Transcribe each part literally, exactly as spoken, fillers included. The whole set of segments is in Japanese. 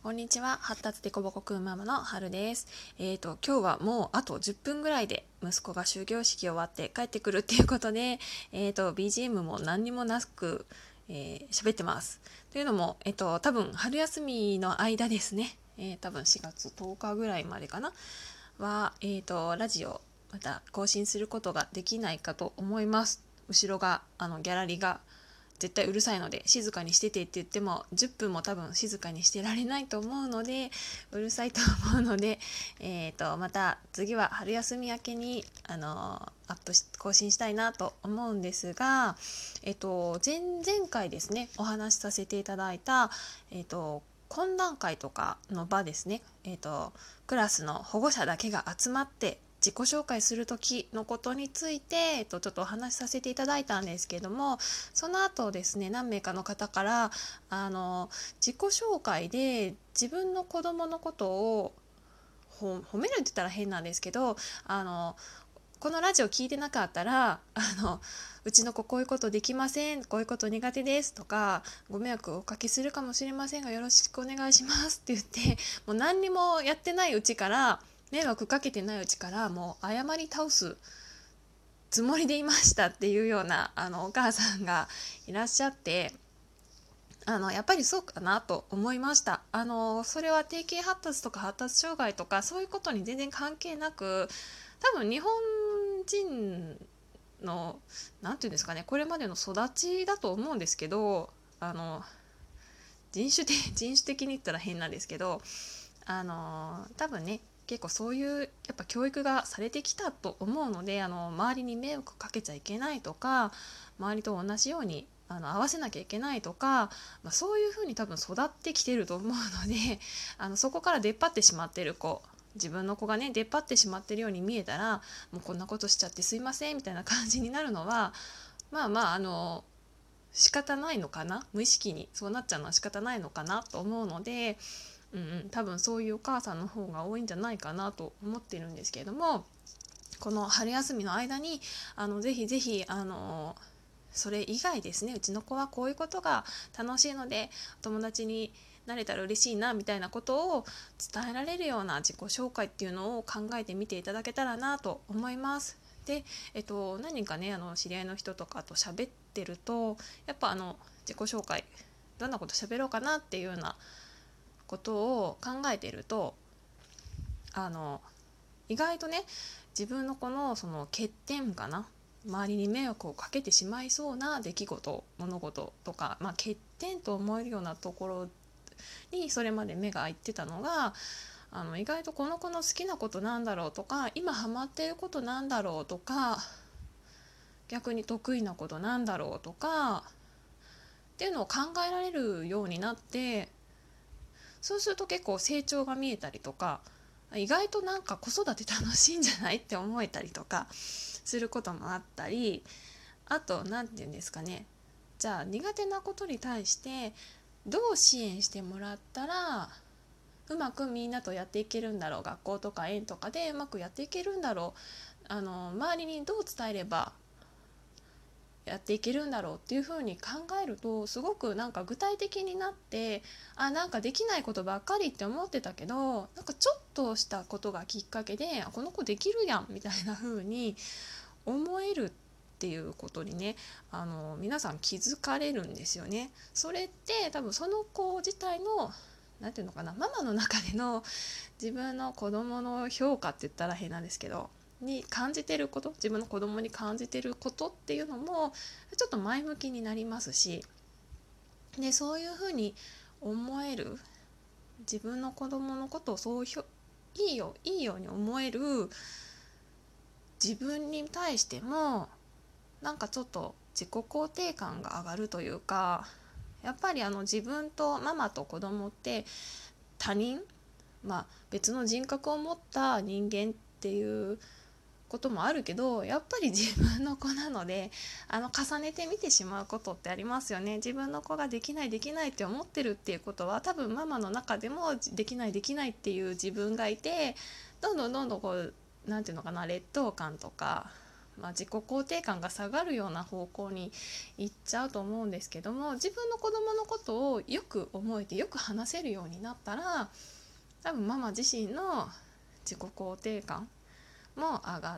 こんにちは。発達でこぼこくんママのはるです。えーと、今日はもうあとじゅっぷんぐらいで息子が終業式終わって帰ってくるっていうことで、えーと、ビージーエム も何にもなく、えー、喋ってます。というのも、えーと、多分春休みの間ですね。えー、多分しがつとおかぐらいまでかな。は、えーと、ラジオまた更新することができないかと思います。後ろが、あの、ギャラリーが絶対うるさいので静かにしててって言ってもじゅっぷんも多分静かにしてられないと思うので、うるさいと思うので、えー、とまた次は春休み明けにあのアップし更新したいなと思うんですが、えー、と前々回ですねお話しさせていただいた、えー、と懇談会とかの場ですね、えー、とクラスの保護者だけが集まって自己紹介する時のことについて、えっと、ちょっとお話しさせていただいたんですけども、その後ですね何名かの方からあの自己紹介で自分の子供のことを褒めるって言ったら変なんですけど、あのこのラジオ聞いてなかったらあのうちの子こういうことできません、こういうこと苦手ですとか、ご迷惑をおかけするかもしれませんがよろしくお願いしますって言って、もう何にもやってないうちから迷惑かけてないうちからもう謝り倒すつもりでいましたっていうようなあのお母さんがいらっしゃって、あのやっぱりそうかなと思いました。あのそれは定型発達とか発達障害とかそういうことに全然関係なく、多分日本人のなんていうんですかね、これまでの育ちだと思うんですけど、あの人種的人種的に言ったら変なんですけど、あの多分ね結構そういうやっぱ教育がされてきたと思うので、あの周りに迷惑かけちゃいけないとか、周りと同じようにあの合わせなきゃいけないとか、まあ、そういうふうに多分育ってきてると思うので、あのそこから出っ張ってしまってる子、自分の子がね出っ張ってしまってるように見えたら、もうこんなことしちゃってすいませんみたいな感じになるのは、まあまああの仕方ないのかな、無意識にそうなっちゃうのは仕方ないのかなと思うので、うんうん、多分そういうお母さんの方が多いんじゃないかなと思ってるんですけれども、この春休みの間にあのぜひぜひあのそれ以外ですね、うちの子はこういうことが楽しいのでお友達になれたら嬉しいなみたいなことを伝えられるような自己紹介っていうのを考えてみていただけたらなと思います。で、えっと、何人かねあの知り合いの人とかと喋ってると、やっぱあの自己紹介どんなこと喋ろうかなっていうようなことを考えていると、あの意外とね自分の子のその欠点かな、周りに迷惑をかけてしまいそうな出来事物事とか、まあ、欠点と思えるようなところにそれまで目がいってたのが、あの意外とこの子の好きなことなんだろうとか、今ハマってることなんだろうとか、逆に得意なことなんだろうとかっていうのを考えられるようになって、そうすると結構成長が見えたりとか、意外となんか子育て楽しいんじゃないって思えたりとかすることもあったり、あと何て言うんですかね、じゃあ苦手なことに対してどう支援してもらったらうまくみんなとやっていけるんだろう、学校とか園とかでうまくやっていけるんだろう、あの周りにどう伝えればやっていけるんだろうっていうふうに考えると、すごくなんか具体的になって、あなんかできないことばっかりって思ってたけど、なんかちょっとしたことがきっかけでこの子できるやんみたいな風に思えるっていうことにね、あの皆さん気づかれるんですよね。それって多分その子自体のなんていうのかな、ママの中での自分の子供の評価って言ったら変なんですけどに感じてること、自分の子供に感じてることっていうのもちょっと前向きになりますし、でそういうふうに思える、自分の子供のことをそうひょいいよいいように思える自分に対してもなんかちょっと自己肯定感が上がるというか、やっぱりあの自分とママと子供って他人、まあ別の人格を持った人間っていうこともあるけど、やっぱり自分の子なので、あの重ねて見てしまうことってありますよね。自分の子ができないできないって思ってるっていうことは、多分ママの中でもできないできないっていう自分がいて、どんどんどんどんこうなんていうのかな、劣等感とかまあ、自己肯定感が下がるような方向に行っちゃうと思うんですけども、自分の子供のことをよく思えてよく話せるようになったら、多分ママ自身の自己肯定感も上がって、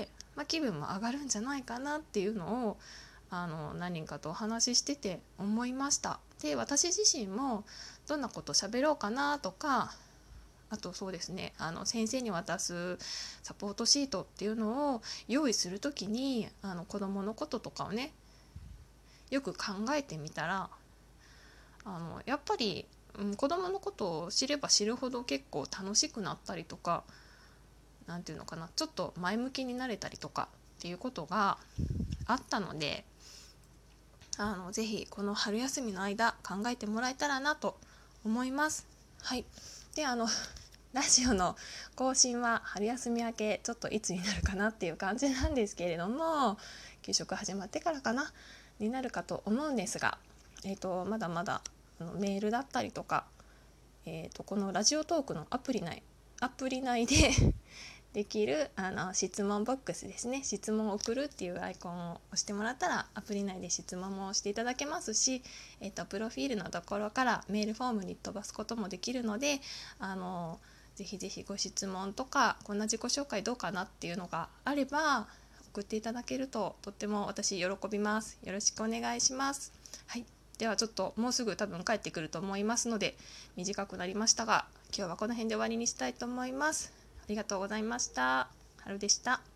まあ、気分も上がるんじゃないかなっていうのをあの何人かとお話ししてて思いました。で、私自身もどんなこと喋ろうかなとか、あとそうですね、あの先生に渡すサポートシートっていうのを用意するときに、あの子どものこととかをねよく考えてみたら、あのやっぱり、うん、子どものことを知れば知るほど結構楽しくなったりとか、なんていうのかな、ちょっと前向きになれたりとかっていうことがあったので、あのぜひこの春休みの間考えてもらえたらなと思います。はい。で、あのラジオの更新は春休み明けちょっといつになるかなっていう感じなんですけれども、給食始まってからかなになるかと思うんですが、えーと、まだまだあのメールだったりとか、えーと、このラジオトークのアプリ内アプリ内でできるあの質問ボックスですね、質問を送るっていうアイコンを押してもらったらアプリ内で質問もしていただけますし、えーと、プロフィールのところからメールフォームに飛ばすこともできるので、あのぜひぜひご質問とか、こんな自己紹介どうかなっていうのがあれば送っていただけるととっても私喜びます。よろしくお願いします。はい。ではちょっともうすぐ多分帰ってくると思いますので、短くなりましたが今日はこの辺で終わりにしたいと思います。ありがとうございました。はるでした。